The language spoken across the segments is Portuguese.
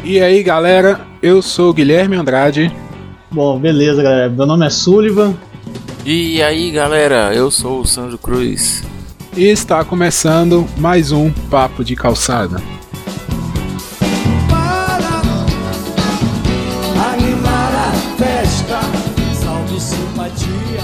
E aí galera, eu sou o Guilherme Andrade. Bom, beleza galera, meu nome é Sullivan. E aí galera, eu sou o Sandro Cruz. E está começando mais um Papo de Calçada. Para animar a festa, salve simpatia.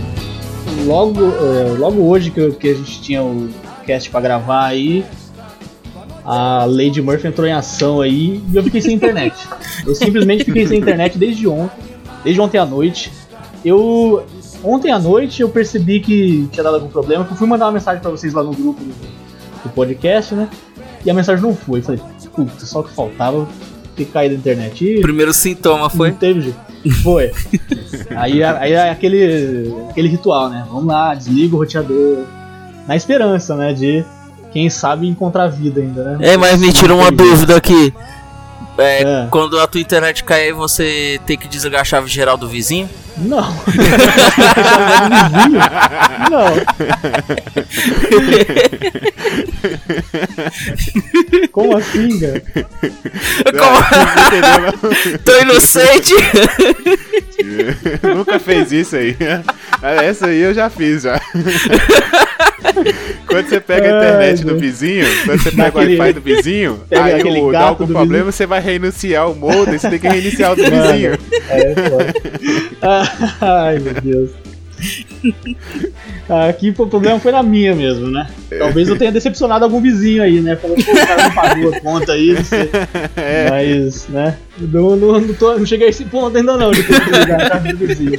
Logo hoje que a gente tinha o cast pra gravar aí, a Lady Murphy entrou em ação aí e eu fiquei sem internet. Eu simplesmente fiquei sem internet desde ontem à noite. Ontem à noite eu percebi que tinha dado algum problema, eu fui mandar uma mensagem pra vocês lá no grupo do podcast, né? E a mensagem não foi. Eu falei, puta, só que faltava ter caído a internet. E primeiro sintoma foi? Não teve jeito. Foi. Aí é aquele ritual, né? Vamos lá, desliga o roteador. Na esperança, né? De, quem sabe, encontrar vida ainda, né? Mas me tira uma dúvida aqui. Quando a tua internet cair, você tem que desligar a chave geral do vizinho? Não. Não. Como assim, cara? Tô inocente. Nunca fez isso aí. Essa aí eu já fiz já. Quando você pega a internet do vizinho, quando você pega o Wi-Fi do vizinho, aí dá algum problema, você vai reiniciar o modem, você tem que reiniciar o do vizinho. Ai, meu Deus. Aqui o problema foi na minha mesmo, né? Talvez eu tenha decepcionado algum vizinho aí, né? Falou, pô, o cara não pagou a conta aí, não sei. Mas, né? Não cheguei a esse ponto ainda não, de ter que ligar a casa do vizinho.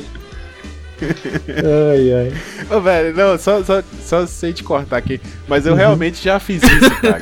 Ai. Ô, velho, não, só sei te cortar aqui, mas eu realmente já fiz isso, cara.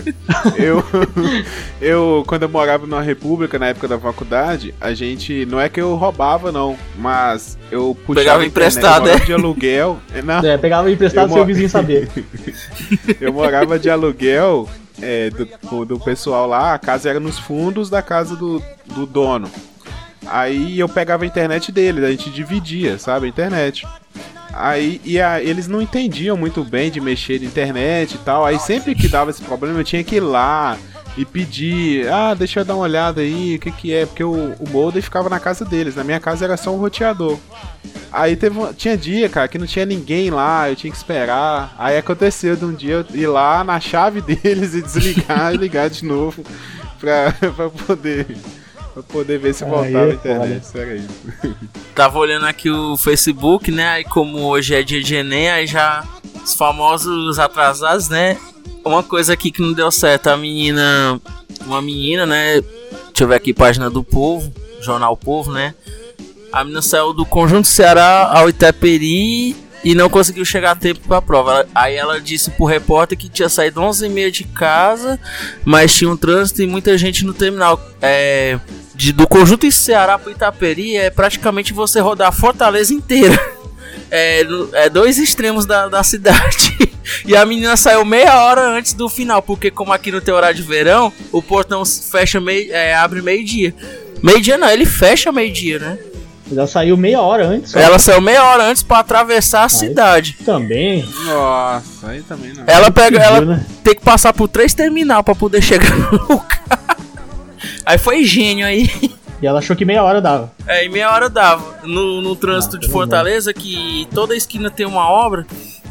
Eu quando eu morava numa república, na época da faculdade, a gente, não é que eu roubava não, mas eu pegava emprestado, de aluguel. Não, pegava emprestado sem o vizinho saber. Eu morava de aluguel do pessoal lá, a casa era nos fundos da casa do dono. Aí eu pegava a internet deles, a gente dividia, sabe, a internet. Aí eles não entendiam muito bem de mexer de internet e tal. Aí sempre que dava esse problema eu tinha que ir lá e pedir, deixa eu dar uma olhada aí, o que é, porque o modem ficava na casa deles, na minha casa era só um roteador. Aí tinha dia, cara, que não tinha ninguém lá, eu tinha que esperar. Aí aconteceu de um dia eu ir lá na chave deles e desligar e ligar de novo pra poder ver se voltava a internet, sério isso. Tava olhando aqui o Facebook, né? Aí como hoje é dia de Enem, aí já os famosos atrasados, né? Uma coisa aqui que não deu certo, uma menina, né? Deixa eu ver aqui, página do Povo, Jornal Povo, né? A menina saiu do Conjunto Ceará ao Itaperi e não conseguiu chegar a tempo pra prova. Aí ela disse pro repórter que tinha saído 11h30 de casa, mas tinha um trânsito e muita gente no terminal. Do Conjunto Ceará pro Itaperi é praticamente você rodar a Fortaleza inteira. É dois extremos da cidade. E a menina saiu meia hora antes do final, porque como aqui não tem horário de verão, o portão fecha abre meio-dia. Meio-dia não, ele fecha meio-dia, né? Ela saiu meia hora antes. Ela saiu meia hora antes pra atravessar a cidade. Também? Nossa, aí também não. Ela tem que passar por 3 terminal pra poder chegar no lugar. Aí foi gênio aí. E ela achou que meia hora dava. E meia hora dava. No trânsito de Fortaleza, que toda esquina tem uma obra.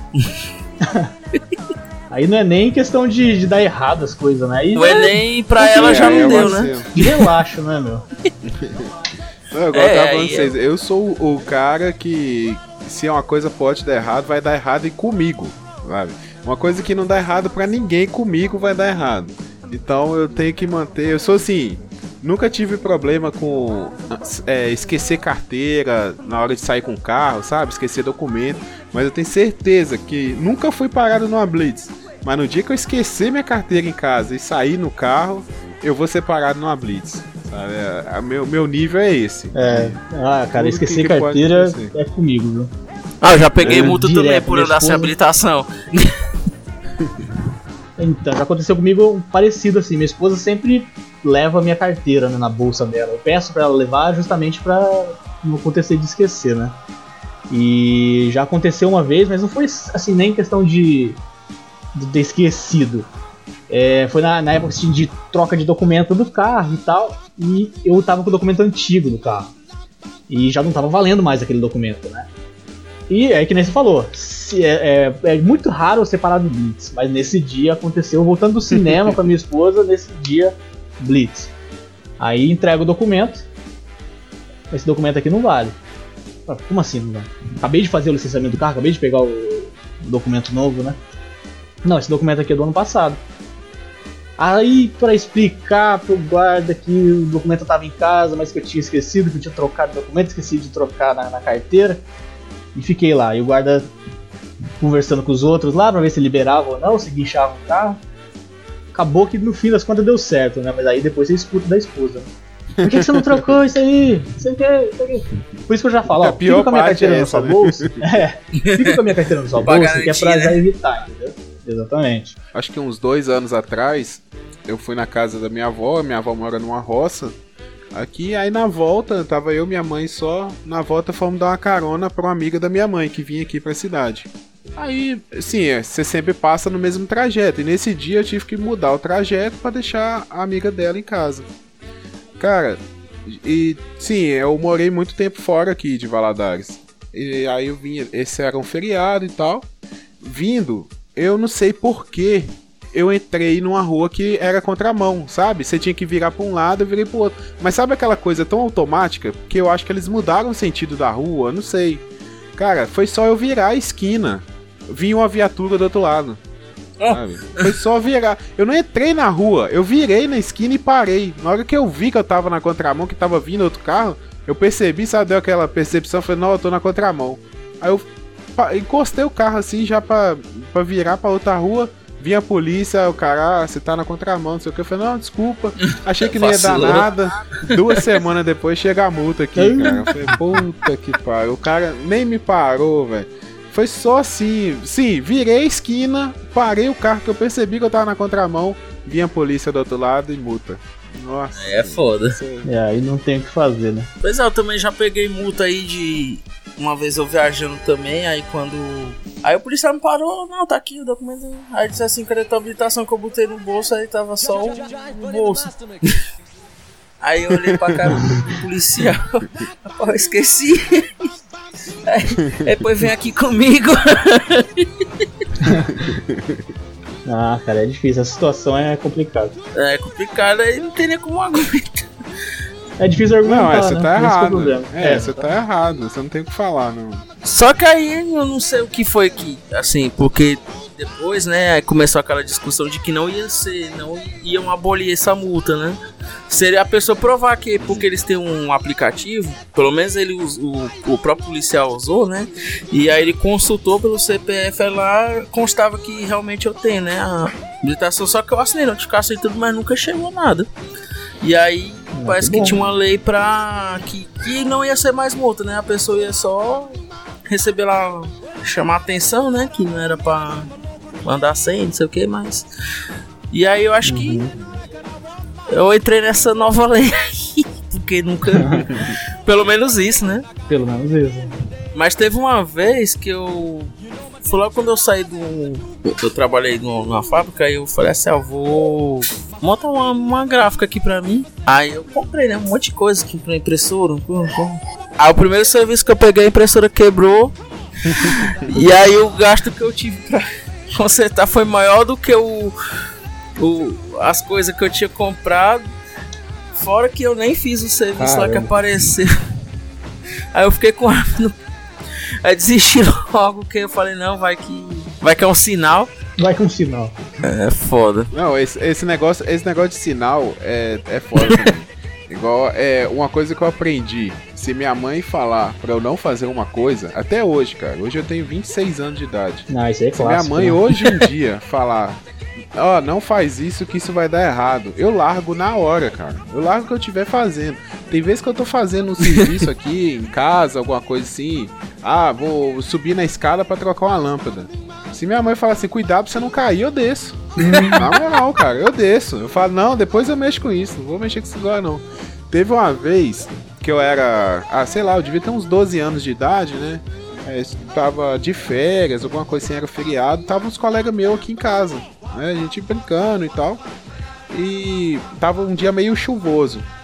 Aí não é nem questão de dar errado as coisas, né? Aí o Enem pra ela já não deu, né? De relaxo, né, meu? Eu tava falando pra vocês, eu sou o cara que, se uma coisa pode dar errado, vai dar errado e comigo, sabe? Uma coisa que não dá errado pra ninguém, comigo vai dar errado. Então eu tenho que manter, eu sou assim, nunca tive problema com esquecer carteira na hora de sair com o carro, sabe? Esquecer documento, mas eu tenho certeza que nunca fui parado numa blitz. Mas no dia que eu esquecer minha carteira em casa e sair no carro, eu vou ser parado numa blitz. Meu nível é esse. Cara, esquecer carteira é comigo, viu? Eu já peguei multa também por andar sem habilitação. Então, já aconteceu comigo parecido assim. Minha esposa sempre leva a minha carteira, né, na bolsa dela. Eu peço pra ela levar justamente pra não acontecer de esquecer, né? E já aconteceu uma vez, mas não foi assim nem questão de ter esquecido. Foi na época assim, de troca de documento do carro e tal. e eu tava com o documento antigo do carro. E já não tava valendo mais aquele documento, né? E é que nem você falou, é muito raro eu separar do Blitz, mas nesse dia aconteceu, voltando do cinema com a minha esposa, nesse dia, Blitz. Aí entrega o documento, esse documento aqui não vale. Como assim não vale? Acabei de fazer o licenciamento do carro, acabei de pegar o documento novo, né? Não, esse documento aqui é do ano passado. Aí, pra explicar pro guarda que o documento tava em casa, mas que eu tinha esquecido, que eu tinha trocado o documento, esqueci de trocar na carteira. E fiquei lá, e o guarda conversando com os outros lá pra ver se liberava ou não, se guinchava o carro. Acabou que no fim das contas deu certo, né? Mas aí depois você escuta da esposa, né? Por que você não trocou isso aí? Isso quer. Por isso que eu já falo, ó, fica com a minha carteira na sua bolsa. Fica com a minha carteira na sua bolsa, que é pra já evitar, entendeu? Exatamente. Acho que uns 2 anos atrás, eu fui na casa da minha avó mora numa roça. Aqui, aí na volta, tava eu e minha mãe só. Na volta fomos dar uma carona pra uma amiga da minha mãe, que vinha aqui pra cidade. Aí, sim, você sempre passa no mesmo trajeto. E nesse dia eu tive que mudar o trajeto pra deixar a amiga dela em casa. Cara, e sim, eu morei muito tempo fora aqui de Valadares. E aí eu vinha, esse era um feriado e tal. Vindo, eu não sei porquê, eu entrei numa rua que era contramão, sabe? Você tinha que virar pra um lado, eu virei pro outro. Mas sabe aquela coisa tão automática que eu acho que eles mudaram o sentido da rua? Não sei. Cara, foi só eu virar a esquina. Vinha uma viatura do outro lado. Sabe? Foi só virar. Eu não entrei na rua, eu virei na esquina e parei. Na hora que eu vi que eu tava na contramão, que tava vindo outro carro, eu percebi, sabe? Deu aquela percepção, falei, não, eu tô na contramão. Aí eu encostei o carro assim, já pra virar pra outra rua. Vinha a polícia, o cara, você tá na contramão, não sei o que. Eu falei, não, desculpa, achei que não ia dar nada. 2 semanas depois chega a multa aqui, cara. Eu falei, puta que pariu. O cara nem me parou, velho. Foi só assim, sim, virei a esquina, parei o carro que eu percebi que eu tava na contramão, vinha a polícia do outro lado e multa. Nossa. É foda. Aí não tem o que fazer, né? Pois é, eu também já peguei multa aí de... Uma vez eu viajando também, aí quando... Aí o policial me parou, não, tá aqui o documento. Aí disse assim, cadê a habilitação que eu botei no bolso, aí tava só o bolso. Aí eu olhei pra cara do policial, eu esqueci. Aí, depois vem aqui comigo. Ah, cara, é difícil, a situação é complicada. É complicado, aí não tem nem como aguentar. É difícil argumentar, não, você né? tá errado. Você tá errado, você não tem o que falar, não. Só que aí eu não sei o que foi que, assim, porque depois, né, aí começou aquela discussão de que não iam abolir essa multa, né? Seria a pessoa provar que, porque eles têm um aplicativo, pelo menos o próprio policial usou, né? E aí ele consultou pelo CPF lá, constava que realmente eu tenho, né, a habilitação, só que eu assinei notificação e tudo, mas nunca chegou nada. E aí parece que tinha uma lei pra que não ia ser mais multa, né? A pessoa ia só receber lá, chamar atenção, né? Que não era pra mandar sem, não sei o que, mas... E aí eu acho que eu entrei nessa nova lei aí, porque nunca... Pelo menos isso, né? Pelo menos isso. Mas teve uma vez que eu... Foi logo quando eu saí eu trabalhei numa fábrica e eu falei assim, eu vou montar uma gráfica aqui pra mim. Aí eu comprei, né, um monte de coisa aqui pra impressora. Aí o primeiro serviço que eu peguei, a impressora quebrou. E aí o gasto que eu tive pra consertar foi maior do que as coisas que eu tinha comprado. Fora que eu nem fiz o serviço lá que apareceu. Aí eu fiquei com a... Aí desisti logo, que eu falei, não, vai que é um sinal. Vai com um sinal. É foda. Não, esse negócio de sinal é foda também. Igual, uma coisa que eu aprendi. Se minha mãe falar pra eu não fazer uma coisa, até hoje, cara. Hoje eu tenho 26 anos de idade. Não, isso aí é clássico. Se minha mãe hoje em dia falar, não faz isso que isso vai dar errado, eu largo na hora, cara. Eu largo o que eu estiver fazendo. Tem vezes que eu tô fazendo um serviço aqui em casa, alguma coisa assim. Vou subir na escada pra trocar uma lâmpada. Se minha mãe falar assim, cuidado pra você não cair, eu desço. Na moral, cara, eu desço. Eu falo, não, depois eu mexo com isso. Não vou mexer com isso agora, não. Teve uma vez que eu era, sei lá, eu devia ter uns 12 anos de idade, né? Tava de férias, alguma coisa assim, era feriado. Tava uns colegas meus aqui em casa, né? A gente brincando e tal. E tava um dia meio chuvoso.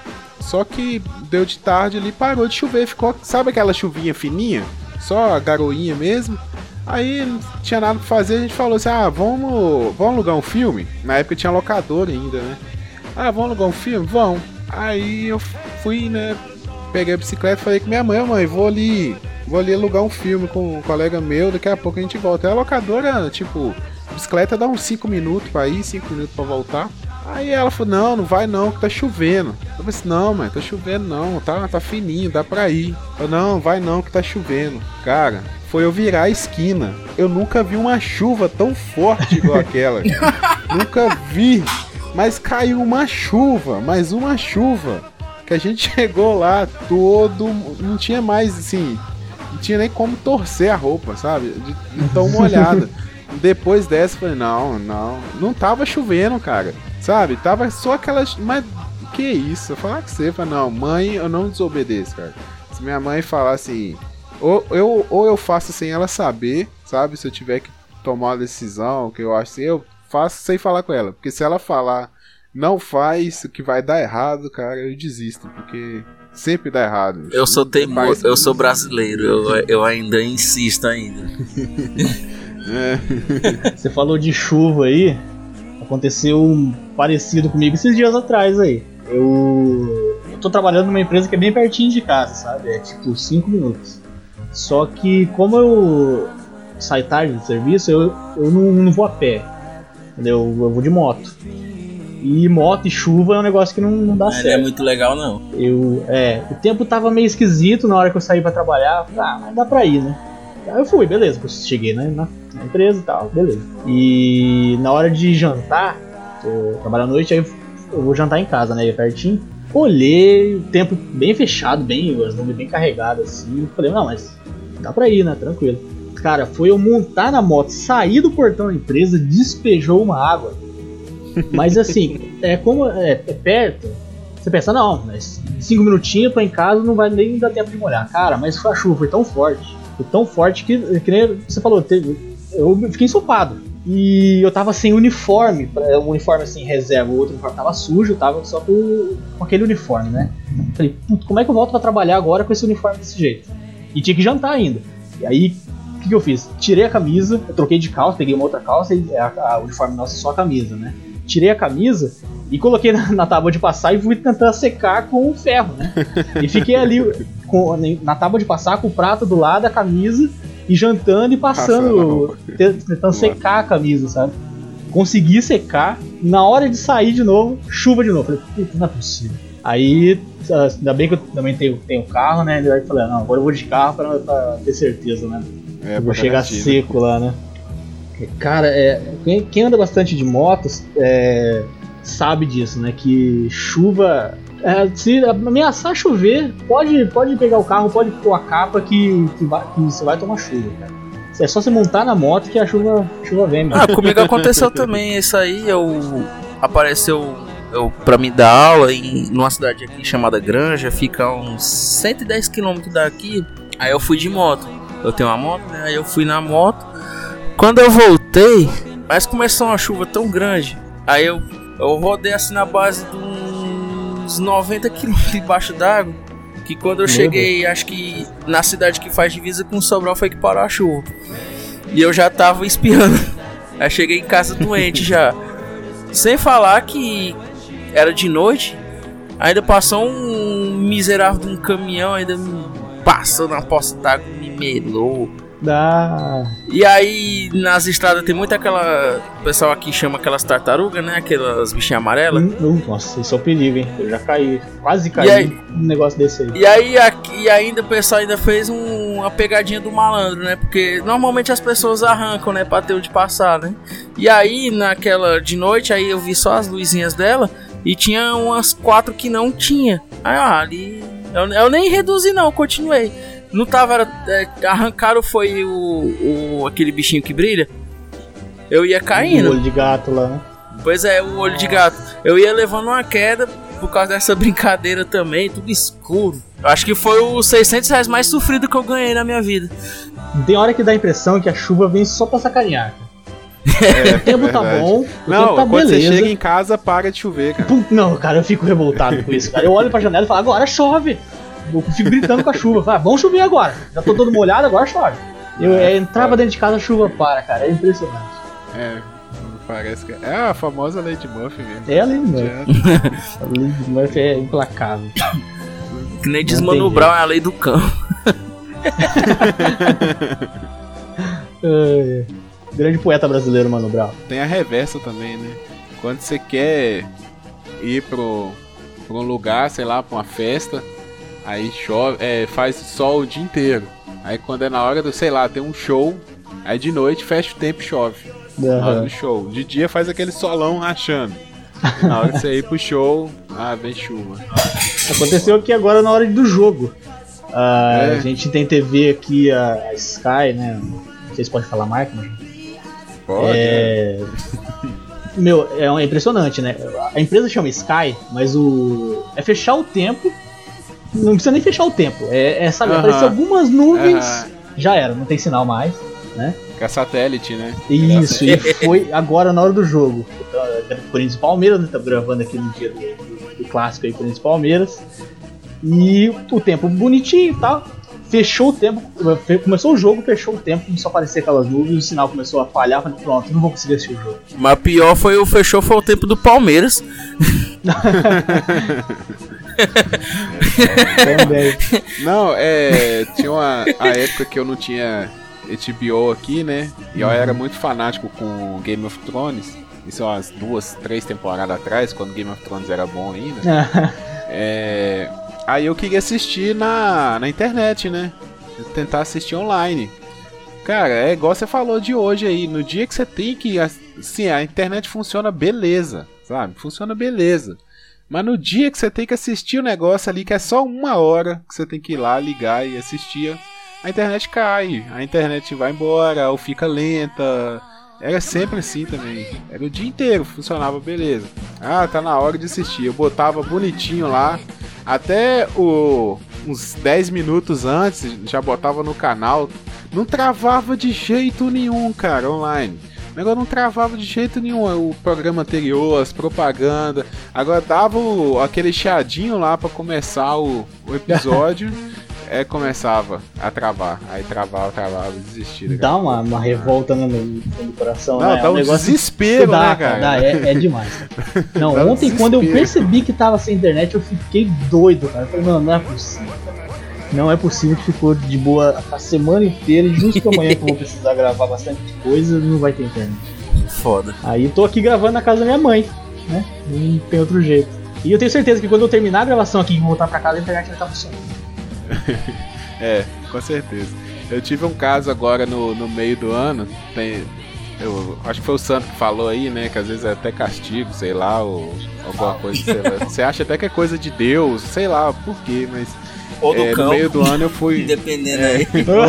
Só que deu de tarde ali, parou de chover, ficou, sabe aquela chuvinha fininha? Só a garoinha mesmo. Aí não tinha nada pra fazer, a gente falou assim, vamos alugar um filme? Na época tinha locadora ainda, né? Vamos alugar um filme? Vamos. Aí eu fui, né, peguei a bicicleta e falei com minha mãe, vou ali alugar um filme com um colega meu, daqui a pouco a gente volta. E a locadora, tipo, bicicleta dá uns 5 minutos pra ir, 5 minutos pra voltar. Aí ela falou, não vai não, que tá chovendo. Eu falei assim, não, mãe, tá chovendo não, tá fininho, dá pra ir. Eu, não, vai não, que tá chovendo. Cara, foi eu virar a esquina. Eu nunca vi uma chuva tão forte igual aquela. Nunca vi. Mas caiu mais uma chuva. Que a gente chegou lá não tinha mais, assim, não tinha nem como torcer a roupa, sabe? De tão molhada. Depois dessa, eu falei, não tava chovendo, cara. Sabe? Tava só aquelas... Mas que isso? Eu falar com você, não, mãe, eu não desobedeço, cara. Se minha mãe falar assim, ou eu faço sem ela saber, sabe? Se eu tiver que tomar uma decisão, que eu acho assim, eu faço sem falar com ela. Porque se ela falar, não faz, que vai dar errado, cara, eu desisto, porque sempre dá errado. Eu sou teimoso, eu sou brasileiro, eu ainda insisto ainda. Você falou de chuva aí, aconteceu um parecido comigo esses dias atrás aí. Eu tô trabalhando numa empresa que é bem pertinho de casa, sabe? É tipo 5 minutos. Só que como eu saio tarde do serviço, eu não vou a pé, entendeu? Eu vou de moto. E moto e chuva é um negócio que não dá certo. Não é muito legal não. O tempo tava meio esquisito na hora que eu saí pra trabalhar. Mas dá pra ir, né? Aí eu fui, beleza. Cheguei na empresa e tal, beleza. E na hora de jantar, eu trabalho à noite, aí eu vou jantar em casa, né? Pertinho. Olhei, o tempo bem fechado, as nuvens bem carregadas assim. Falei, não, mas dá pra ir, né? Tranquilo. Cara, foi eu montar na moto, sair do portão da empresa, despejou uma água. Mas assim, como é perto, você pensa, não, mas 5 minutinhos pra ir em casa não vai nem dar tempo de molhar. Cara, mas a chuva foi tão forte que nem você falou, eu fiquei ensopado. E eu tava sem uniforme, um uniforme assim, reserva, o outro uniforme tava sujo, eu tava só com aquele uniforme, né? Falei, como é que eu volto pra trabalhar agora com esse uniforme desse jeito? E tinha que jantar ainda. E aí, o que eu fiz? Tirei a camisa, eu troquei de calça, peguei uma outra calça e o uniforme nosso é só a camisa, né? Tirei a camisa e coloquei na tábua de passar e fui tentar secar com o ferro, né? E fiquei ali na tábua de passar com o prato do lado, a camisa, e jantando e passando, tentando secar a camisa, sabe? Consegui secar, na hora de sair de novo, chuva de novo. Falei, puta, não é possível. Aí, ainda bem que eu também tenho carro, né? Aí falei, não, agora eu vou de carro pra ter certeza, né? Vou chegar seco lá, né? Cara, quem anda bastante de motos sabe disso, né? Que chuva... se ameaçar chover, pode pegar o carro, pode pôr a capa que você vai tomar chuva, cara. É só você montar na moto que a chuva vem, mano. Comigo aconteceu também isso aí. Apareceu pra me dar aula numa cidade aqui chamada Granja, fica uns 110 km daqui. Aí eu fui de moto. Eu tenho uma moto, né? Aí eu fui na moto. Quando eu voltei, mas começou uma chuva tão grande. Aí eu rodei assim na base de uns 90 km debaixo d'água. Que quando eu cheguei, acho que na cidade que faz divisa com Sobral foi que parou a chuva. E eu já tava espirrando. Aí cheguei em casa doente já. Sem falar que era de noite. Ainda passou um miserável de um caminhão, ainda me passou na poça d'água, me melou. E aí nas estradas tem muito aquela... O pessoal aqui chama aquelas tartarugas, né? Aquelas bichinhas amarelas. Nossa, isso é um perigo, hein? Eu já caí, quase caí num negócio desse aí. E ainda o pessoal ainda fez uma pegadinha do malandro, né? Porque normalmente as pessoas arrancam, né? Pra ter onde passar, né? E aí naquela de noite, aí eu vi só as luzinhas dela. E tinha umas 4 que não tinha. Aí ali... Eu nem reduzi não, continuei. Não tava... arrancaram foi aquele bichinho que brilha. Eu ia caindo. O olho de gato lá, né? Pois é, o olho de gato. Eu ia levando uma queda por causa dessa brincadeira também, tudo escuro. Acho que foi os R$600 mais sofrido que eu ganhei na minha vida. Tem hora que dá a impressão que a chuva vem só pra sacanear. O tempo tá bom, o Não, tempo tá quando beleza. você chega em casa, para de chover, cara. Não, cara, eu fico revoltado com isso, cara. Eu olho pra janela e falo, agora chove. Eu fico gritando com a chuva. Falo, vamos chover agora. Já tô todo molhado, agora chove. Eu entrava dentro de casa, a chuva para, cara. É impressionante. Parece que é a famosa Lady Murphy mesmo. É a Lady Murphy. A Lady Murphy é implacável. Que nem diz Mano Brown, é a lei do cão. Grande poeta brasileiro, Mano Brown. Tem a reversa também, né? Quando você quer ir pra um lugar, sei lá, pra uma festa, aí chove, faz sol o dia inteiro. Aí quando é na hora do, sei lá, tem um show, aí de noite fecha o tempo e chove. Na hora do show. De dia faz aquele solão rachando. Na hora de você ir pro show, vem chuva. Aconteceu aqui agora na hora do jogo. A gente tem TV aqui, a Sky, né? Não sei se pode falar marca, mas... Pode. Meu, é impressionante, né? A empresa chama Sky, mas é fechar o tempo. Não precisa nem fechar o tempo. Sabe, aparecer algumas nuvens. Já era, não tem sinal mais, né? Que é satélite, né? Isso, e foi agora na hora do jogo. Corinthians e Palmeiras, né? Estamos gravando aqui no dia do clássico aí, Corinthians e Palmeiras. E o tempo bonitinho e tal. Fechou o tempo, começou o jogo, fechou o tempo, começou a aparecer aquelas nuvens, o sinal começou a falhar, falei, pronto, não vou conseguir assistir o jogo. Mas pior foi o tempo do Palmeiras. Também. Não, tinha a época que eu não tinha HBO aqui, né? E eu era muito fanático com Game of Thrones. Isso umas 2, 3 temporadas atrás, quando Game of Thrones era bom ainda. Aí eu queria assistir na internet, né? Tentar assistir online. Cara, é igual você falou de hoje aí. No dia que você tem que... Sim, a internet funciona beleza, sabe? Funciona beleza. Mas no dia que você tem que assistir o negócio ali, que é só 1 hora, que você tem que ir lá, ligar e assistir, a internet cai. A internet vai embora, ou fica lenta. Era sempre assim também. Era o dia inteiro, funcionava beleza. Tá na hora de assistir. Eu botava bonitinho lá. Até uns 10 minutos antes, já botava no canal. Não travava de jeito nenhum, cara, online. O negócio não travava de jeito nenhum. O programa anterior, as propagandas. Agora dava aquele chiadinho lá pra começar o episódio. Começava a travar. Aí travava, desistia. Dá uma revolta no coração, não, né? Dá um desespero, né, cara? É demais. Não, dá ontem quando eu percebi que tava sem internet, eu fiquei doido, cara. Eu falei, não é possível. Não é possível que ficou de boa a semana inteira e justo amanhã que eu vou precisar gravar bastante coisa, não vai ter internet. Foda. Aí eu tô aqui gravando na casa da minha mãe, né? Não tem outro jeito. E eu tenho certeza que quando eu terminar a gravação aqui e voltar pra casa, a internet vai estar funcionando. Com certeza. Eu tive um caso agora no meio do ano. Eu acho que foi o Santo que falou aí, né? Que às vezes é até castigo, sei lá, ou alguma coisa, sei lá. Você acha até que é coisa de Deus, sei lá por quê, mas Ou do campo. no meio do ano eu fui. Dependendo aí.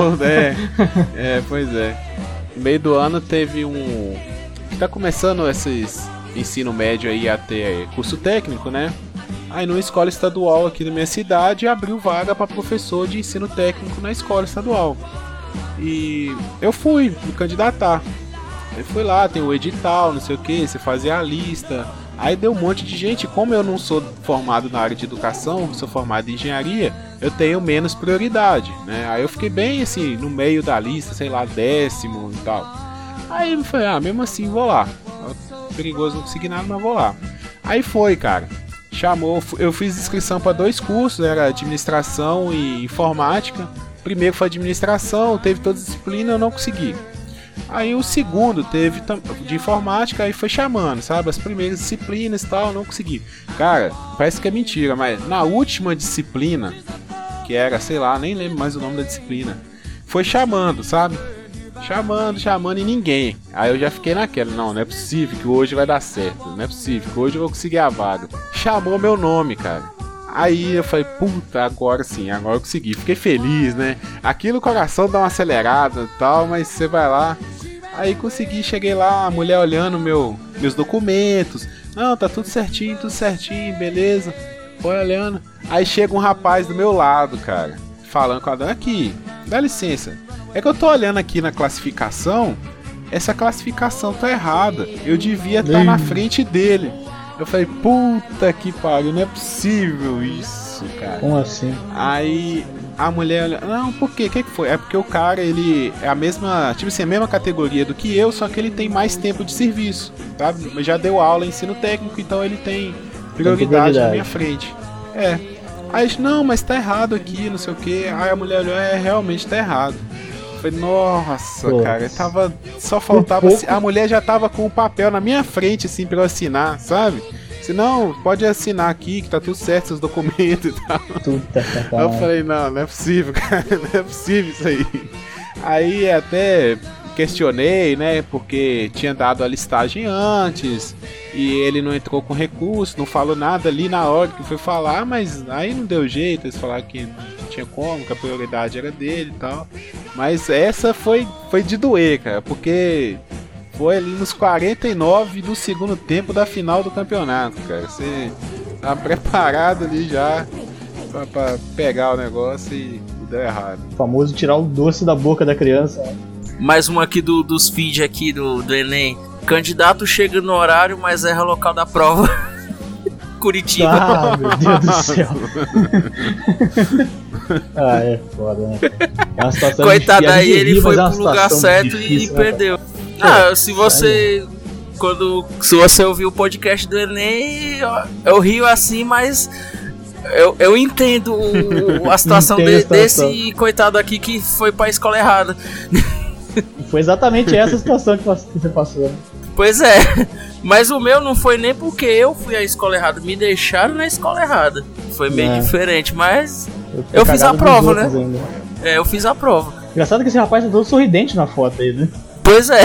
Pois é. No meio do ano teve que tá começando esses ensino médio aí a ter curso técnico, né? Aí numa escola estadual aqui na minha cidade abriu vaga para professor de ensino técnico na escola estadual. E eu fui me candidatar. Aí fui lá, tem o edital, não sei o que, você fazia a lista. Aí deu um monte de gente. Como eu não sou formado na área de educação, sou formado em engenharia, eu tenho menos prioridade, né? Aí eu fiquei bem assim, no meio da lista, sei lá, 10º e tal. Aí eu falei, mesmo assim vou lá. Perigoso não conseguir nada, mas vou lá. Aí foi, cara. Chamou, eu fiz inscrição para 2 cursos, era administração e informática. Primeiro foi administração, teve toda a disciplina, eu não consegui. Aí o segundo teve de informática, aí foi chamando, sabe? As primeiras disciplinas e tal, eu não consegui. Cara, parece que é mentira, mas na última disciplina, que era, sei lá, nem lembro mais o nome da disciplina, foi chamando, sabe? Chamando e ninguém. Aí eu já fiquei naquela, não é possível que hoje vai dar certo, não é possível que hoje eu vou conseguir a vaga. Chamou meu nome, cara. Aí eu falei, puta, agora sim, agora eu consegui. Fiquei feliz, né? Aquilo o coração dá uma acelerada e tal, mas você vai lá. Aí consegui, cheguei lá, a mulher olhando meus documentos. Não, tá tudo certinho, beleza. Foi olhando. Aí chega um rapaz do meu lado, cara, falando com a dona, aqui, dá licença. É que eu tô olhando aqui na classificação essa classificação tá errada. Eu devia estar na frente dele. Eu falei, puta que pariu, não é possível isso, cara. Como assim? Aí a mulher olha, não, por quê? O que foi? É porque o cara, ele é a mesma, tipo assim, a mesma categoria do que eu, só que ele tem mais tempo de serviço, sabe? Já deu aula em ensino técnico, então ele tem prioridade na minha frente. Aí a gente, não, mas tá errado aqui, não sei o que. Aí a mulher olhou, realmente tá errado. Eu falei, nossa, cara, tava. Só faltava. A mulher já tava com o papel na minha frente, assim, pra eu assinar, sabe? Se não, pode assinar aqui, que tá tudo certo, seus documentos e tal. Aí eu falei, não é possível, cara, não é possível isso aí. Aí até questionei, né, porque tinha dado a listagem antes e ele não entrou com recurso, não falou nada ali na hora que foi falar, mas aí não deu jeito, eles falaram que não tinha como, que a prioridade era dele e tal. Mas essa foi de doer, cara, porque foi ali nos 49 do segundo tempo da final do campeonato, cara. Você tá preparado ali já pra pegar o negócio e deu errado. O famoso tirar o doce da boca da criança. Mais uma aqui dos feed aqui do Enem. Candidato chega no horário, mas erra o local da prova. Curitiba. Ah, meu Deus do céu. É foda, né? É uma situação coitado, difícil. aí ele foi pro lugar situação certo difícil, e perdeu. Se você... Se você ouvir o podcast do Enem, eu rio assim, mas... Eu entendo a situação desse coitado aqui que foi pra escola errada. Foi exatamente essa situação que você passou. Pois é, mas o meu não foi nem porque eu fui à escola errada, me deixaram na escola errada. Foi meio diferente, mas eu fiz a prova, né? Ainda. Eu fiz a prova. Engraçado que esse rapaz tá todo sorridente na foto aí, né? Pois é.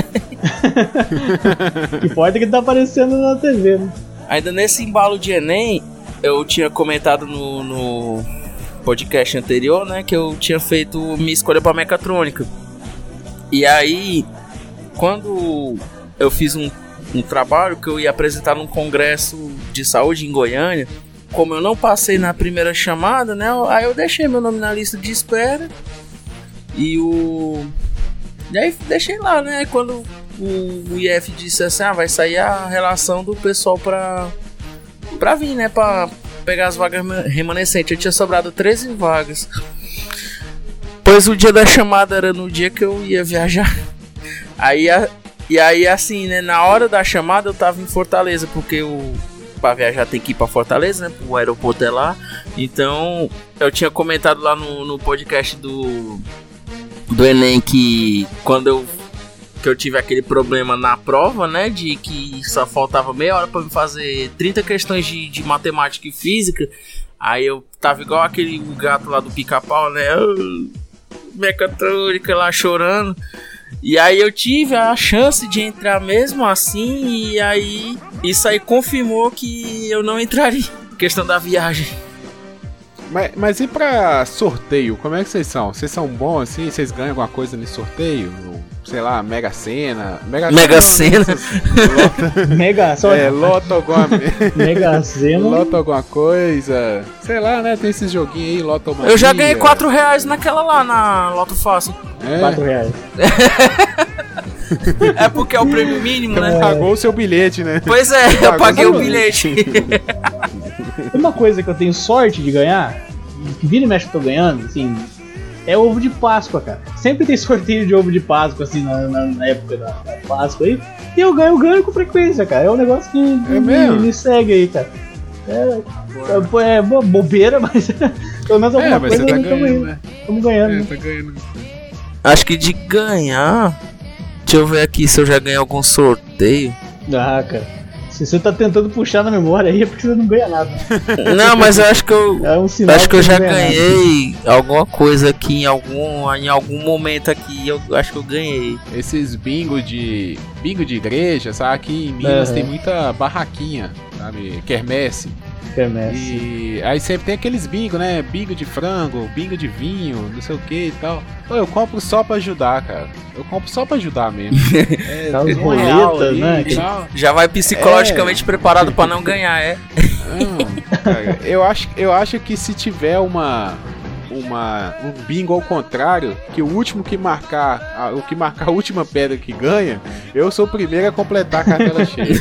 Que foda que tá aparecendo na TV, né? Ainda nesse embalo de Enem, eu tinha comentado no podcast anterior, né, que eu tinha feito minha escolha pra mecatrônica. E aí, quando eu fiz um trabalho que eu ia apresentar num congresso de saúde em Goiânia, como eu não passei na primeira chamada, né, aí eu deixei meu nome na lista de espera e aí deixei lá, né, quando o IF disse assim, vai sair a relação do pessoal pra vir, né, pra pegar as vagas remanescentes. Eu tinha sobrado 13 vagas. Pois o dia da chamada era no dia que eu ia viajar. E aí assim, né, na hora da chamada eu tava em Fortaleza, porque pra viajar tem que ir pra Fortaleza, né, o aeroporto é lá. Então eu tinha comentado lá no podcast do Enem que quando eu tive aquele problema na prova, né, de que só faltava meia hora pra me fazer 30 questões de matemática e física. Aí eu tava igual aquele gato lá do Pica-Pau, né, mecatrônica lá chorando. E aí eu tive a chance de entrar mesmo assim, e aí isso aí confirmou que eu não entraria. Questão da viagem. Mas e pra sorteio, como é que vocês são? Vocês são bons assim? Vocês ganham alguma coisa nesse sorteio? Sei lá, Mega Sena. Mega Sena. Loto alguma Mega Sena. Loto alguma coisa. Sei lá, né? Tem esses joguinhos aí, Loto Mania. Eu já ganhei R$4 naquela lá, na Loto Fácil. R$4. É porque é o prêmio mínimo, né? Pagou o seu bilhete, né? Pois é, eu paguei o bilhete. Uma coisa que eu tenho sorte de ganhar, que vira e mexe eu tô ganhando, assim, é ovo de Páscoa, cara. Sempre tem sorteio de ovo de Páscoa, assim, na época da Páscoa aí. E eu ganho com frequência, cara. É um negócio que me segue aí, cara. É bobeira, mas pelo menos alguma coisa você tá ganhando, né? Estamos ganhando. Tá ganhando. Acho que de ganhar... Deixa eu ver aqui se eu já ganhei algum sorteio. Cara. Se você tá tentando puxar na memória aí é porque você não ganha nada. Não, mas eu acho que eu acho que eu já ganhei alguma coisa aqui em algum momento aqui, eu acho que eu ganhei. Esses bingo de igreja, sabe? Aqui em Minas tem muita barraquinha, sabe? Quermesse. E aí sempre tem aqueles bingo, né? Bingo de frango, bingo de vinho, não sei o que e tal. Eu compro só pra ajudar, cara. Eu compro só pra ajudar mesmo. Boletas, né? Já vai psicologicamente preparado pra não ganhar, Não, cara, eu acho que se tiver uma um bingo ao contrário, que o último que marcar a última pedra que ganha, eu sou o primeiro a completar a cartela cheia.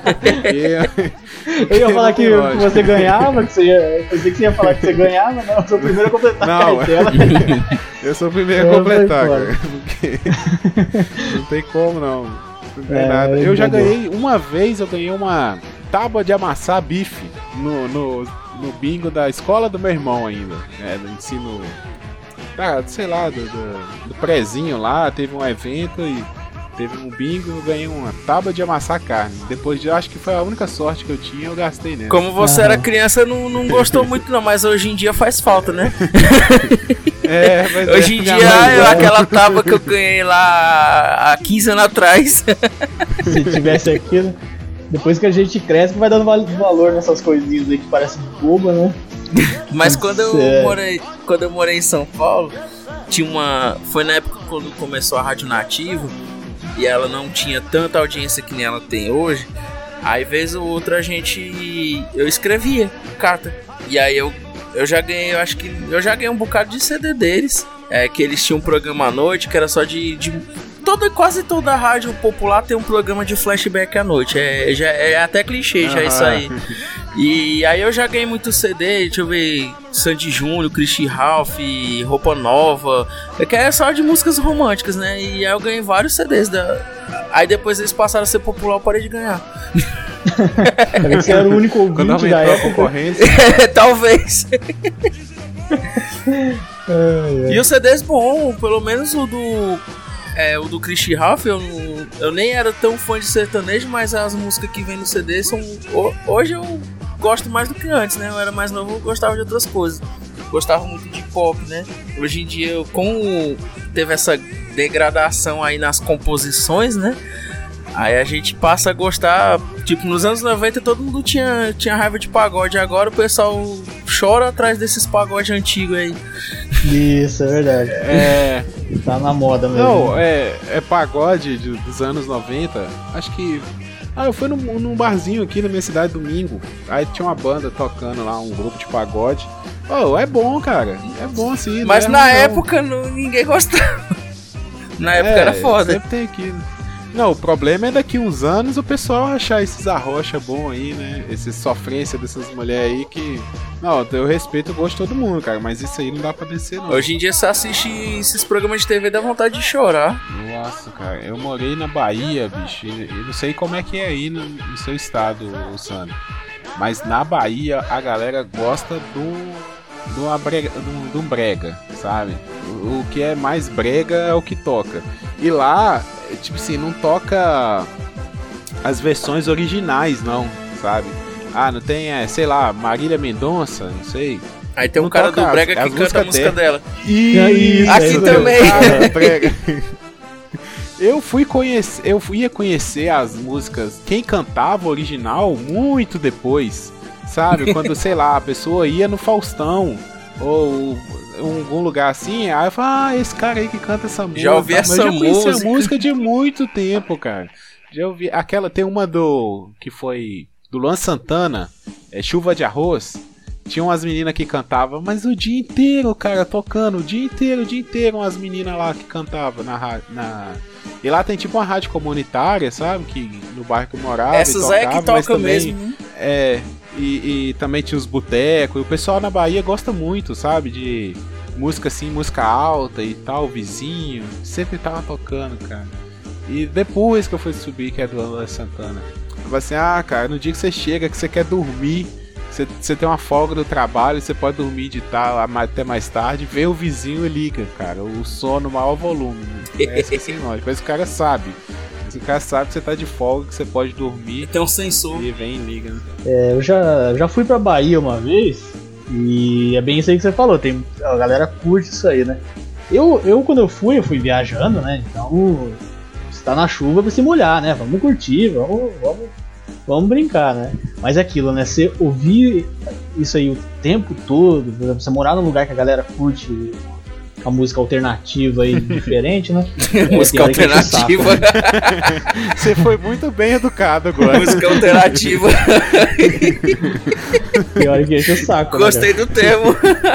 Eu ia falar que você ganhava, eu pensei que você ia falar que você ganhava, não, eu sou o primeiro a completar a cartela. Eu sou o primeiro a completar, cara. Porque não tem como, não. Não tem nada. Eu já ganhei, uma vez eu ganhei uma tábua de amassar bife no bingo da escola do meu irmão ainda. Do ensino, sei lá, do prezinho lá, teve um evento e teve um bingo, eu ganhei uma tábua de amassar carne. Depois acho que foi a única sorte que eu tinha, eu gastei nela. Como você era criança, não gostou muito não, mas hoje em dia faz falta, né? Mas hoje em dia, aquela tábua que eu ganhei lá há 15 anos atrás. Se tivesse aquilo, depois que a gente cresce, vai dando valor nessas coisinhas aí que parecem boba, né? Mas quando eu morei em São Paulo, foi na época quando começou a Rádio Nativa, e ela não tinha tanta audiência que nem ela tem hoje. Aí vez ou outra eu escrevia carta. E aí eu já ganhei, eu já ganhei um bocado de CD deles. Que eles tinham um programa à noite que era só quase toda a rádio popular tem um programa de flashback à noite. Já é até clichê, já isso aí. E aí eu já ganhei muito CD, deixa eu ver, Sandy Júnior, Christy Ralph, Roupa Nova, que é só de músicas românticas, né? E aí eu ganhei vários CDs aí depois eles passaram a ser popular, eu parei de ganhar. Você era o único ouvinte da época. Concorrência. Talvez. E os CDs bom, pelo menos o do Christy Ralph, eu nem era tão fã de sertanejo, mas as músicas que vem no CD são... Hoje eu gosto mais do que antes, né? Eu era mais novo, eu gostava de outras coisas. Gostava muito de pop, né? Hoje em dia, como teve essa degradação aí nas composições, né? Aí a gente passa a gostar... Tipo, nos anos 90 todo mundo tinha raiva de pagode. Agora o pessoal chora atrás desses pagodes antigos aí. Isso, é verdade. Tá na moda mesmo. Não, é pagode dos anos 90. Acho que... eu fui num barzinho aqui na minha cidade domingo. Aí tinha uma banda tocando lá, um grupo de pagode. É bom, cara. É bom sim. Mas na época ninguém gostava. Na época era foda. Sempre tem aquilo. Não, o problema é daqui uns anos o pessoal achar esses arrocha bom aí, né? Essa sofrência dessas mulheres aí que... Não, eu respeito o gosto de todo mundo, cara, mas isso aí não dá pra descer, não. Hoje em dia você assiste esses programas de TV, dá vontade de chorar. Nossa, cara, eu morei na Bahia, bicho, e não sei como é que é aí no seu estado, Sandro. Mas na Bahia a galera gosta do brega, sabe? O que é mais brega é o que toca. E lá, tipo assim, não toca as versões originais, não, sabe? Não tem, sei lá, Marília Mendonça, não sei. Aí tem um cara do brega que canta a música dela. Isso, aqui também. Brega. Eu ia conhecer as músicas, quem cantava o original muito depois, sabe? Quando, sei lá, a pessoa ia no Faustão ou em algum lugar assim, aí eu falo, esse cara aí que canta essa música. Já ouvi essa música. Eu já conheci a música de muito tempo, cara. Já ouvi. Tem uma que foi do Luan Santana, Chuva de Arroz. Tinha umas meninas que cantavam, mas o dia inteiro, cara, tocando, o dia inteiro, umas meninas lá que cantavam na rádio. E lá tem tipo uma rádio comunitária, sabe? Que no bairro que eu morava. Essas tocava, é que toca mesmo, né? E também tinha os botecos. E o pessoal na Bahia gosta muito, sabe? De música assim, música alta e tal, vizinho. Sempre tava tocando, cara. E depois que eu fui subir, que é do Luan Santana, eu falei assim, cara, no dia que você chega, que você quer dormir, você tem uma folga do trabalho, você pode dormir de lá até mais tarde, vê o vizinho e liga, cara, o som no maior volume. Assim, não. Depois o cara sabe. O cara sabe que você tá de folga, que você pode dormir. Tem um sensor. E vem e liga, né? Eu já fui pra Bahia uma vez, e é bem isso aí que você falou, a galera curte isso aí, né? Eu quando eu fui viajando, né? Então, você tá na chuva pra se molhar, né? Vamos curtir, vamos brincar, né? Mas é aquilo, né? Você ouvir isso aí o tempo todo, por exemplo, você morar num lugar que a galera curte a música alternativa aí diferente, né? Música tem hora que enche o saco, alternativa. né? Você foi muito bem educado agora. Música alternativa. Tem hora que enche o saco. né, Gostei do termo.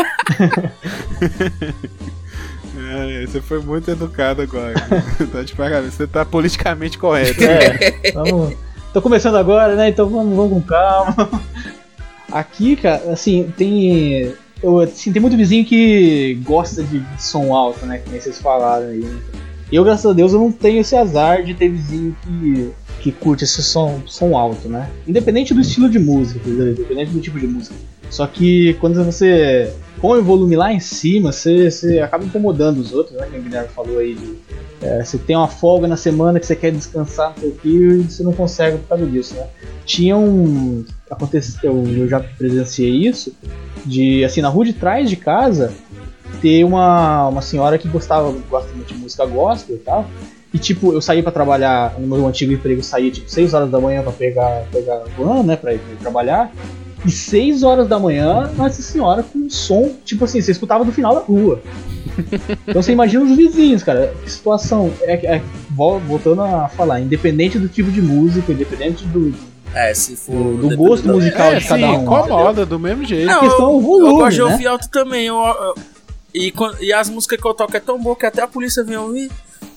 Você foi muito educado agora. Tá de parabéns. Você tá politicamente correto. Vamos. Tô começando agora, né? Então vamos com calma. Aqui, cara, assim, tem muito vizinho que gosta de som alto, né? Que nem vocês falaram aí, né? Eu, graças a Deus, eu não tenho esse azar de ter vizinho que curte esse som alto, né? Independente do estilo de música, independente do tipo de música. Só que quando você põe o volume lá em cima, você acaba incomodando os outros, né? Que o Guilherme falou aí. Você tem uma folga na semana que você quer descansar, não sei o que, e você não consegue por causa disso, né? Eu já presenciei isso, de, assim, na rua de trás de casa, ter uma senhora que gosta muito de música gospel e tal. E tipo, eu saí pra trabalhar, no meu antigo emprego, eu saía tipo 6 horas da manhã pra pegar van, né, pra ir trabalhar. E 6 horas da manhã, nossa senhora, com um som, tipo assim, você escutava do final da rua. Então você imagina os vizinhos, cara, que situação. Voltando a falar, independente do tipo de música, independente Se for do gosto musical de cada um. Incomoda do mesmo jeito. A questão é o volume, eu gosto de né? ouvir alto também. E as músicas que eu toco é tão boa que até a polícia vem ouvir.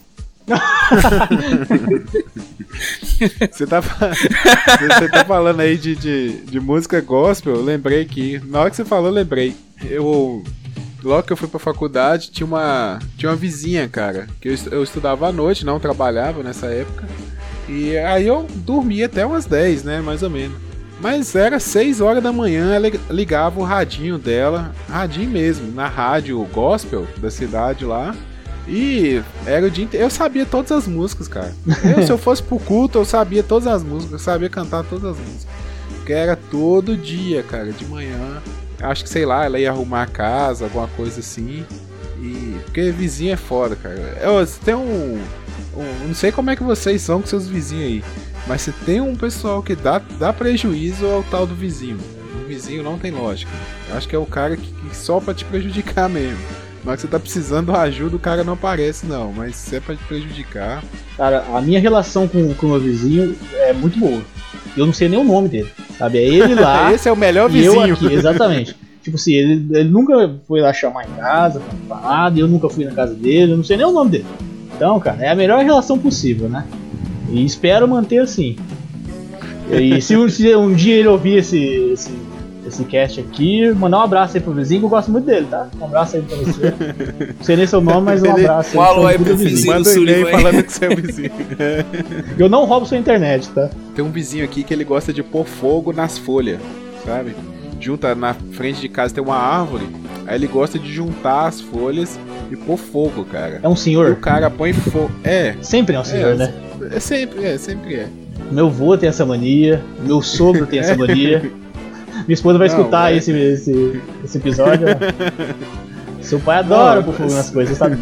Você tá falando aí de música gospel, eu lembrei que, na hora que você falou, eu lembrei. Logo que eu fui pra faculdade, tinha uma vizinha, cara, que eu estudava à noite, não trabalhava nessa época. E aí eu dormia até umas 10, né, mais ou menos. Mas era 6 horas da manhã, ela ligava o radinho dela, radinho mesmo, na rádio gospel da cidade lá. E era o dia inteiro. Eu sabia todas as músicas, cara. Se eu fosse pro culto, eu sabia todas as músicas, eu sabia cantar todas as músicas. Porque era todo dia, cara, de manhã. Acho que, sei lá, ela ia arrumar a casa, alguma coisa assim. Porque vizinho é foda, cara. Você tem não sei como é que vocês são com seus vizinhos aí, mas se tem um pessoal que dá prejuízo ao tal do vizinho. O vizinho não tem lógica. Eu acho que é o cara que só pra te prejudicar mesmo. Na hora que você tá precisando de ajuda, o cara não aparece, não. Mas se é pra te prejudicar... Cara, a minha relação com o meu vizinho é muito boa. Eu não sei nem o nome dele, sabe? É ele lá. Esse é o melhor e vizinho. eu aqui, exatamente. Tipo assim, ele nunca foi lá chamar em casa, pra nada, eu nunca fui na casa dele, eu não sei nem o nome dele. Então, cara, é a melhor relação possível, né? E espero manter assim. E se um dia ele ouvir esse cast aqui, mandar um abraço aí pro vizinho, que eu gosto muito dele, tá? Um abraço aí pra você. Não sei nem seu nome, mas um abraço aí. Um alô aí pro vizinho. Manda um e-mail falando que você é o vizinho. Eu não roubo sua internet, tá? Tem um vizinho aqui que ele gosta de pôr fogo nas folhas, sabe? Junta na frente de casa, tem uma árvore, aí ele gosta de juntar as folhas e pôr fogo, cara. É um senhor? E o cara põe fogo. Sempre é um senhor, né? Sempre é. Meu avô tem essa mania, meu sogro tem essa mania. Minha esposa vai escutar esse episódio. Né? Seu pai adora pôr fogo nas coisas, sabe?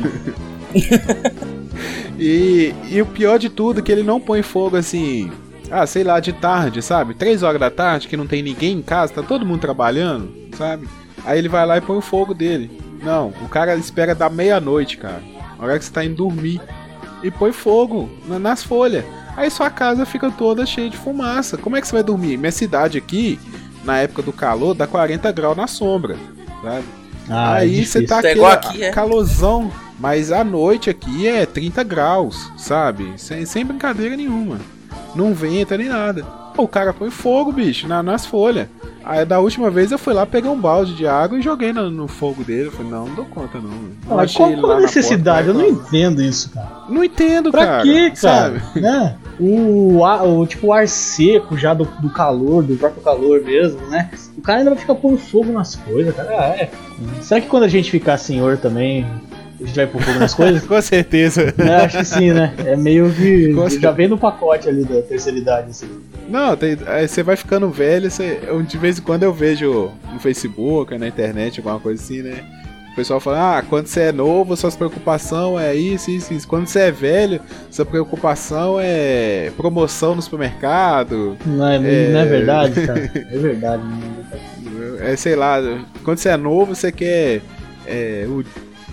E o pior de tudo é que ele não põe fogo assim, sei lá, de tarde, sabe? 3 horas da tarde, que não tem ninguém em casa, tá todo mundo trabalhando, sabe? Aí ele vai lá e põe o fogo dele. Não, o cara espera da meia-noite, cara. Na hora que você tá indo dormir. E põe fogo nas folhas. Aí sua casa fica toda cheia de fumaça. Como é que você vai dormir? Minha cidade aqui, na época do calor, dá 40 graus na sombra, sabe? Aí você tá aquele calorzão, mas à noite aqui é 30 graus, sabe? Sem brincadeira nenhuma. Não venta nem nada. O cara põe fogo, bicho, nas folhas. Aí da última vez eu fui lá, peguei um balde de água e joguei no fogo dele. Eu falei, não dou conta não. Mas qual a necessidade? Eu não entendo isso, cara. Não entendo, pra cara. Pra quê, cara? Sabe? Né? O ar seco já do calor, do próprio calor mesmo, né? O cara ainda vai ficar pondo fogo nas coisas, cara. Será que quando a gente ficar senhor também, a gente vai pôr fogo nas coisas? Com certeza. Acho que sim, né? É meio que já vem no pacote ali da terceira idade, assim. Não, você vai ficando velho, de vez em quando eu vejo no Facebook, na internet, alguma coisa assim, né? O pessoal fala, quando você é novo, suas preocupações é isso. Quando você é velho, sua preocupação é promoção no supermercado. Não é verdade, cara. É verdade. Sei lá, quando você é novo, você quer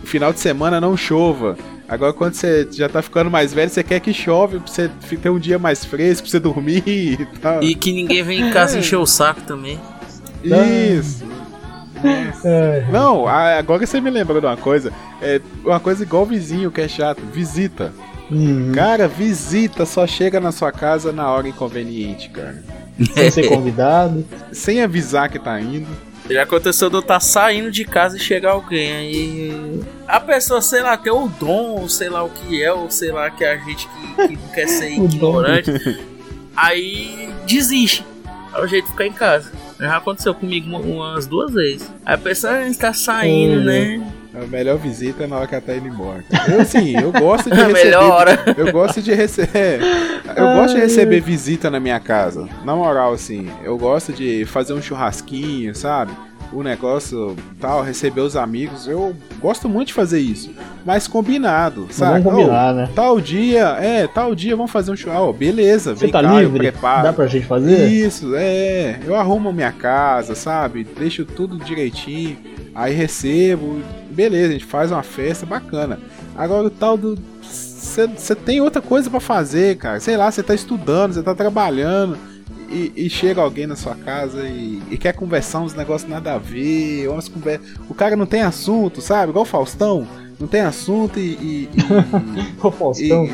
final de semana não chova. Agora quando você já tá ficando mais velho, você quer que chove pra você ter um dia mais fresco, pra você dormir e tal. E que ninguém vem em casa encher o saco também. Isso. Não, agora você me lembrou de uma coisa. É uma coisa igual o vizinho que é chato. Visita. Cara, visita só chega na sua casa na hora inconveniente, cara. Sem ser convidado. Sem avisar que tá indo. Já aconteceu de eu estar saindo de casa e chegar alguém aí. A pessoa, sei lá, tem o dom, ou sei lá o que é, ou sei lá que é a gente que não quer ser ignorante. Aí desiste. É o jeito de ficar em casa. Já aconteceu comigo umas 2 vezes. Aí a pessoa está saindo, né? A melhor visita é na hora que ela tá indo embora. Eu gosto de A receber. melhor hora. Eu gosto de receber. Eu gosto de receber visita na minha casa. Na moral, assim, eu gosto de fazer um churrasquinho, sabe? O negócio tal, receber os amigos. Eu gosto muito de fazer isso. Mas combinado, sabe? Vamos combinar, né? Tal dia vamos fazer um churrasco. Beleza, Você vem tá cá, livre? eu preparo. Dá pra gente fazer? Isso, eu arrumo minha casa, sabe? Deixo tudo direitinho. Aí recebo, beleza, a gente faz uma festa bacana. Agora o tal do... Você tem outra coisa pra fazer, cara. Sei lá, você tá estudando, você tá trabalhando e chega alguém na sua casa e quer conversar uns negócios nada a ver. O cara não tem assunto, sabe? Igual o Faustão. Não tem assunto O Faustão.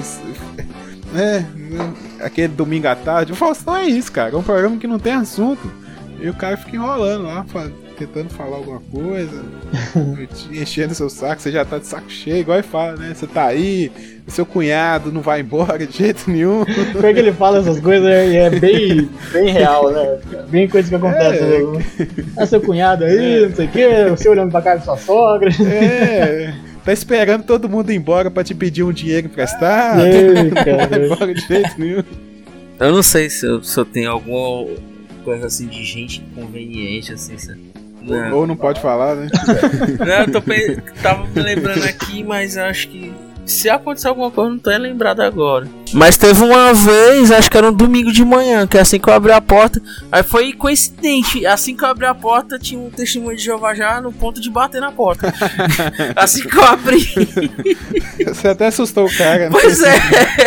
Aquele domingo à tarde. O Faustão é isso, cara. É um programa que não tem assunto. E o cara fica enrolando lá, tentando falar alguma coisa, enchendo seu saco, você já tá de saco cheio, igual ele fala, né? Você tá aí, seu cunhado não vai embora de jeito nenhum. Como é que ele fala essas coisas é bem real, né? Bem coisa que acontece. Seu cunhado aí, não sei o que, você olhando pra cara de sua sogra. Tá esperando todo mundo ir embora pra te pedir um dinheiro emprestado. Ei, não vai embora de jeito nenhum. Eu não sei se eu tenho alguma coisa assim de gente inconveniente, assim, sabe? Ou não pode falar, né? Não, tava me lembrando aqui, mas acho que se acontecer alguma coisa, não tô lembrado agora. Mas teve uma vez, acho que era um domingo de manhã, que assim que eu abri a porta, aí foi coincidente, assim que eu abri a porta, tinha um testemunho de Jeová já no ponto de bater na porta. Assim que eu abri. Você até assustou o cara, né? Pois é.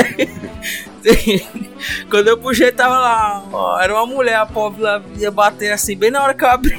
Quando eu puxei, tava lá, ó, era uma mulher, a pobre lá ia bater assim, bem na hora que eu abri.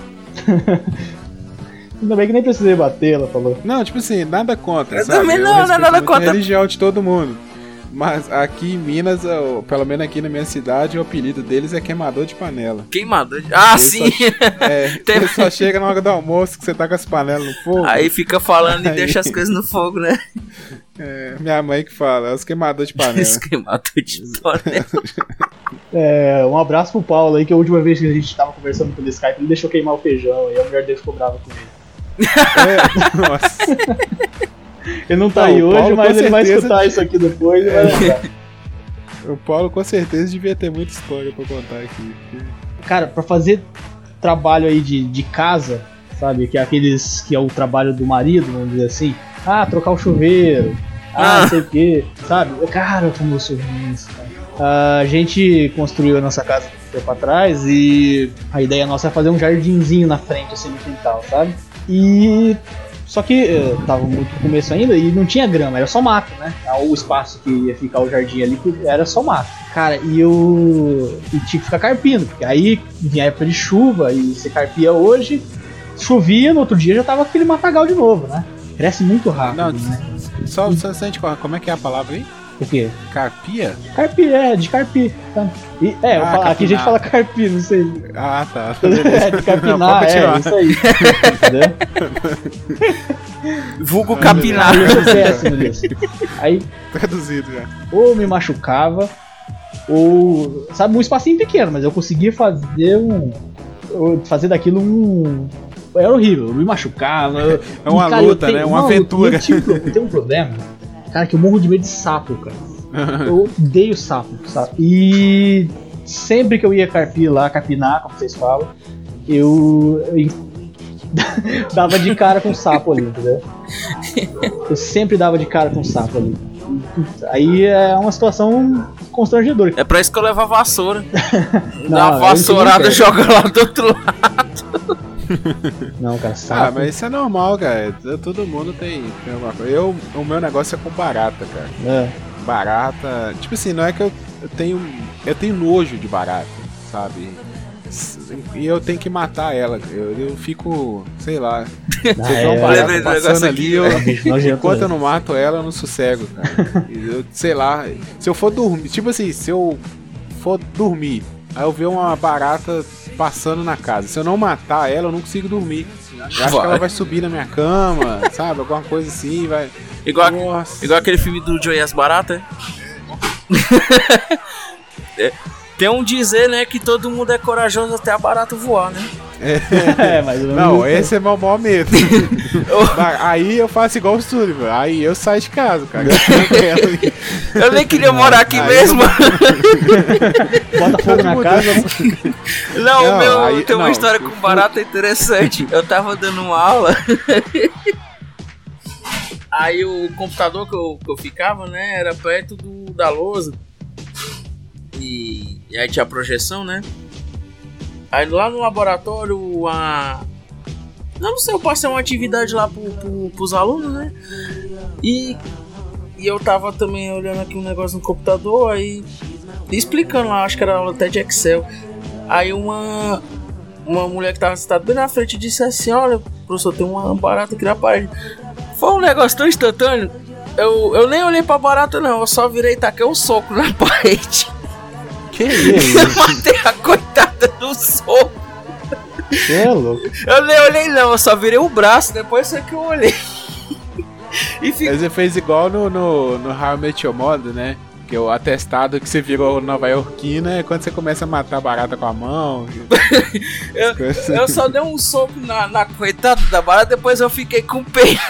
Ainda bem que nem precisei bater, ela falou. Não, tipo assim, nada contra, Eu sabe? também não, nada contra. A religião de todo mundo. Mas aqui em Minas, pelo menos aqui na minha cidade, o apelido deles é queimador de panela. Queimador de... Ah, Ele sim! Ele só chega na hora do almoço que você tá com as panelas no fogo. Aí fica falando e deixa as coisas no fogo, né? Minha mãe que fala, é os queimadores de panela. Os queimadores de panela. Um abraço pro Paulo aí, que a última vez que a gente tava conversando pelo Skype, ele deixou queimar o feijão e a mulher dele ficou brava com ele. Nossa. Ele não tá aí hoje, Paulo, mas ele vai escutar isso aqui depois e vai lembrar. O Paulo com certeza devia ter muita história pra contar aqui. Cara, pra fazer trabalho aí de casa, sabe, que é o trabalho do marido, vamos dizer assim, trocar o chuveiro, não sei o que, sabe, cara, como eu sou ruim isso, cara. A gente construiu a nossa casa um tempo atrás e a ideia nossa é fazer um jardinzinho na frente, assim, no quintal, sabe? Só que tava muito no começo ainda e não tinha grama, era só mato, né? O espaço que ia ficar o jardim ali era só mato. Cara, e tinha que ficar carpindo, porque aí vinha a época de chuva e você carpia hoje, chovia, no outro dia já tava aquele matagal de novo, né? Cresce muito rápido, não, né? Só sente como é que é a palavra aí? O quê? Carpia? Carpir, de carpir. Tá? Aqui a gente fala carpir, não sei. Ah, tá. De carpinar, isso aí. Entendeu? Vulgo capinar. Aí, traduzido já. Ou me machucava, ou... Sabe, um espacinho pequeno, mas eu conseguia fazer daquilo um... Era horrível, eu me machucava. É uma luta, né? Uma aventura. Tem um problema, cara, que eu morro de medo de sapo, cara. Eu odeio sapo. E sempre que eu ia carpinar, como vocês falam, eu dava de cara com sapo ali, entendeu? Eu sempre dava de cara com sapo ali. Aí é uma situação constrangedora. É pra isso que eu levo a vassoura. Dá uma vassourada e joga lá do outro lado. Não, cara, sapo. mas isso é normal, cara. Todo mundo tem alguma coisa. O meu negócio é com barata, cara. Barata. Tipo assim, não é que eu tenho nojo de barata, sabe? E eu tenho que matar ela. Eu fico, sei lá. Se eu uma barata passando ali, enquanto eu não mato ela, eu não sossego, cara. Sei lá. Se eu for dormir, tipo assim, se eu for dormir, aí eu ver uma barata passando na casa. Se eu não matar ela, eu não consigo dormir. Eu acho que ela vai subir na minha cama, sabe? Alguma coisa assim, vai. Igual aquele filme do Joey e as Baratas. Tem um dizer, né, que todo mundo é corajoso até a barata voar, né? Mas não, esse é meu maior medo. Aí eu faço igual o Sullivan. Aí eu saio de casa, cara. Eu nem queria morar aqui mesmo. Bota fogo na casa. Não, tem uma história com barata interessante. Eu tava dando uma aula. Aí o computador que eu ficava, né, era perto da lousa. E aí tinha a projeção, né? Aí lá no laboratório, não sei, eu passei uma atividade lá pros alunos, né? E eu tava também olhando aqui um negócio no computador, aí explicando lá, acho que era aula até de Excel. Aí uma mulher que tava sentada bem na frente disse assim: olha, professor, tem uma barata aqui na parede. Foi um negócio tão instantâneo, eu nem olhei pra barata não, eu só virei e taquei um soco na parede. Que isso? Eu matei a coitada do soco. Você é louco. Eu nem olhei não, eu só virei o braço, depois foi que eu olhei. Mas você fez igual no How I Met Your Mother, né? Que o atestado que você virou Nova Yorkina é quando você começa a matar a barata com a mão. eu só dei um soco na coitada da barata, depois eu fiquei com pena.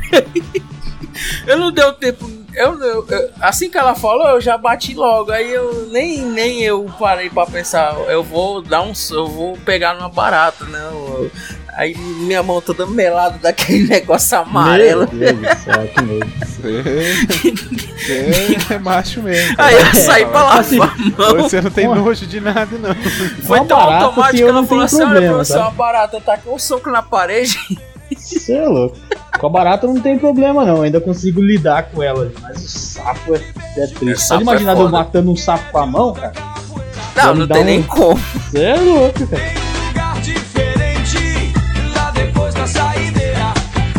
Eu não deu tempo. Assim que ela falou, eu já bati logo. Aí eu nem eu parei pra pensar. Eu vou pegar numa barata, né? Aí minha mão toda melada daquele negócio amarelo. Meu Deus do céu, que medo. Você é macho mesmo. Aí eu saí pra lavar a mão. Você não tem nojo de nada, não. Foi tão automático que ela falou assim: olha, professor, uma barata tá com um soco na parede. Você é louco. Com a barata não tem problema não, ainda consigo lidar com ela. Mas o sapo é triste. Pode imaginar eu matando um sapo com a mão, cara? Não tem nem como. Você é louco, cara. Tem um lugar diferente lá depois da saideira.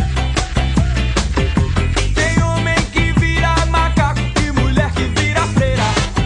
Tem homem que vira macaco e mulher que vira freira.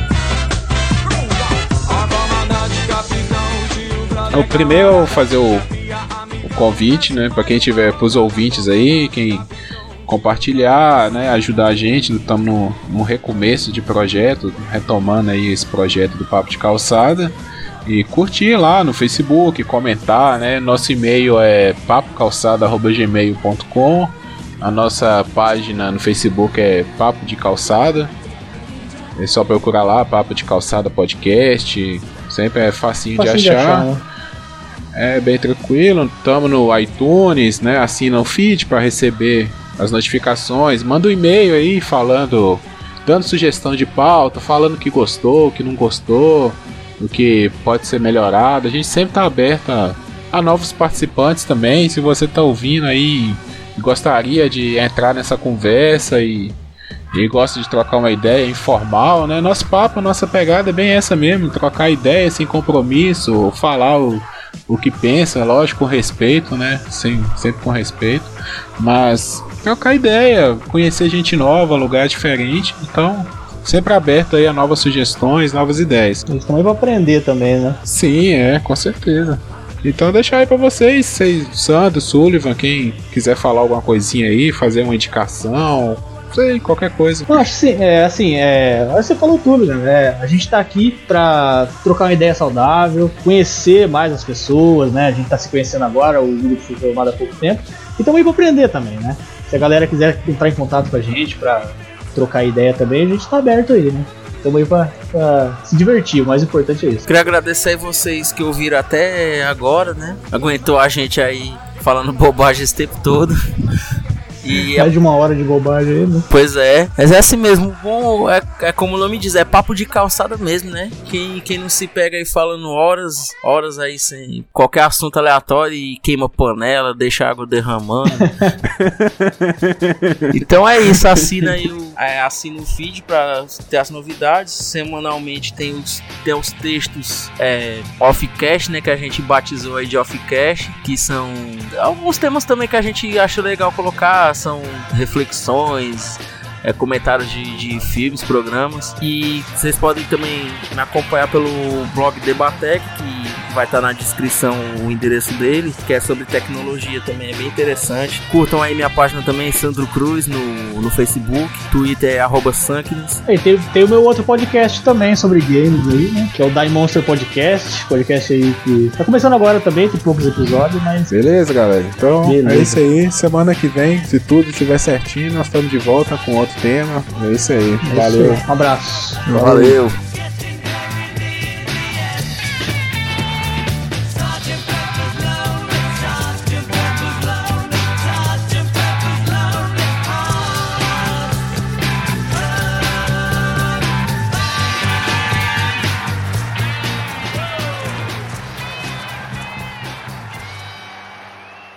A bomba de capitão de O primeiro eu vou fazer o convite, né, para quem tiver, pros ouvintes aí, quem compartilhar, né, ajudar a gente, estamos no recomeço de projeto, retomando aí esse projeto do Papo de Calçada, e curtir lá no Facebook, comentar, né, nosso e-mail é papocalçada@gmail.com, a nossa página no Facebook é Papo de Calçada, é só procurar lá, Papo de Calçada Podcast, sempre é facinho de achar, né? É bem tranquilo, estamos no iTunes, né? Assina o feed para receber as notificações, manda um e-mail aí falando, dando sugestão de pauta, falando o que gostou, o que não gostou, o que pode ser melhorado. A gente sempre está aberto a novos participantes também. Se você está ouvindo aí e gostaria de entrar nessa conversa e gosta de trocar uma ideia informal, né? Nosso papo, nossa pegada é bem essa mesmo, trocar ideia sem compromisso, falar o que pensa, lógico, com respeito, né? Sempre com respeito, mas trocar ideia, conhecer gente nova, lugar diferente, então sempre aberto aí a novas sugestões, novas ideias. Eles estão aí pra aprender também, né? Sim, com certeza. Então deixar aí pra vocês, Sandro, Sullivan, quem quiser falar alguma coisinha aí, fazer uma indicação, sei, qualquer coisa. Não, acho que sim, você falou tudo, né? A gente tá aqui pra trocar uma ideia saudável, conhecer mais as pessoas, né? A gente tá se conhecendo agora, o grupo foi formado há pouco tempo, e também pra aprender também, né? Se a galera quiser entrar em contato com a gente pra trocar ideia também, a gente tá aberto aí, né? Estamos aí pra se divertir, o mais importante é isso. Queria agradecer a vocês que ouviram até agora, né? Aguentou a gente aí falando bobagem esse tempo todo. E Mais de 1 hora de bobagem aí, né? Pois é, mas é assim mesmo, bom, é como o nome diz, é papo de calçada mesmo, né? Quem não se pega aí falando horas aí sem qualquer assunto aleatório e queima panela, deixa a água derramando. Então é isso, assina o feed pra ter as novidades. Semanalmente tem os textos off-cast, né? Que a gente batizou aí de off-cast, que são alguns temas também que a gente acha legal colocar, são reflexões, comentários de filmes, programas. E vocês podem também me acompanhar pelo blog Debatec, que vai estar na descrição o endereço dele, que é sobre tecnologia também, é bem interessante. Curtam aí minha página também, Sandro Cruz, no Facebook, Twitter é @Sankness. Tem o meu outro podcast também sobre games aí, né? Que é o Die Monster Podcast aí que tá começando agora também, tem poucos episódios, mas... Beleza, galera? Então Beleza. É isso aí. Semana que vem, se tudo estiver certinho, nós estamos de volta com outro tema. É isso aí. Valeu. Um abraço. Valeu.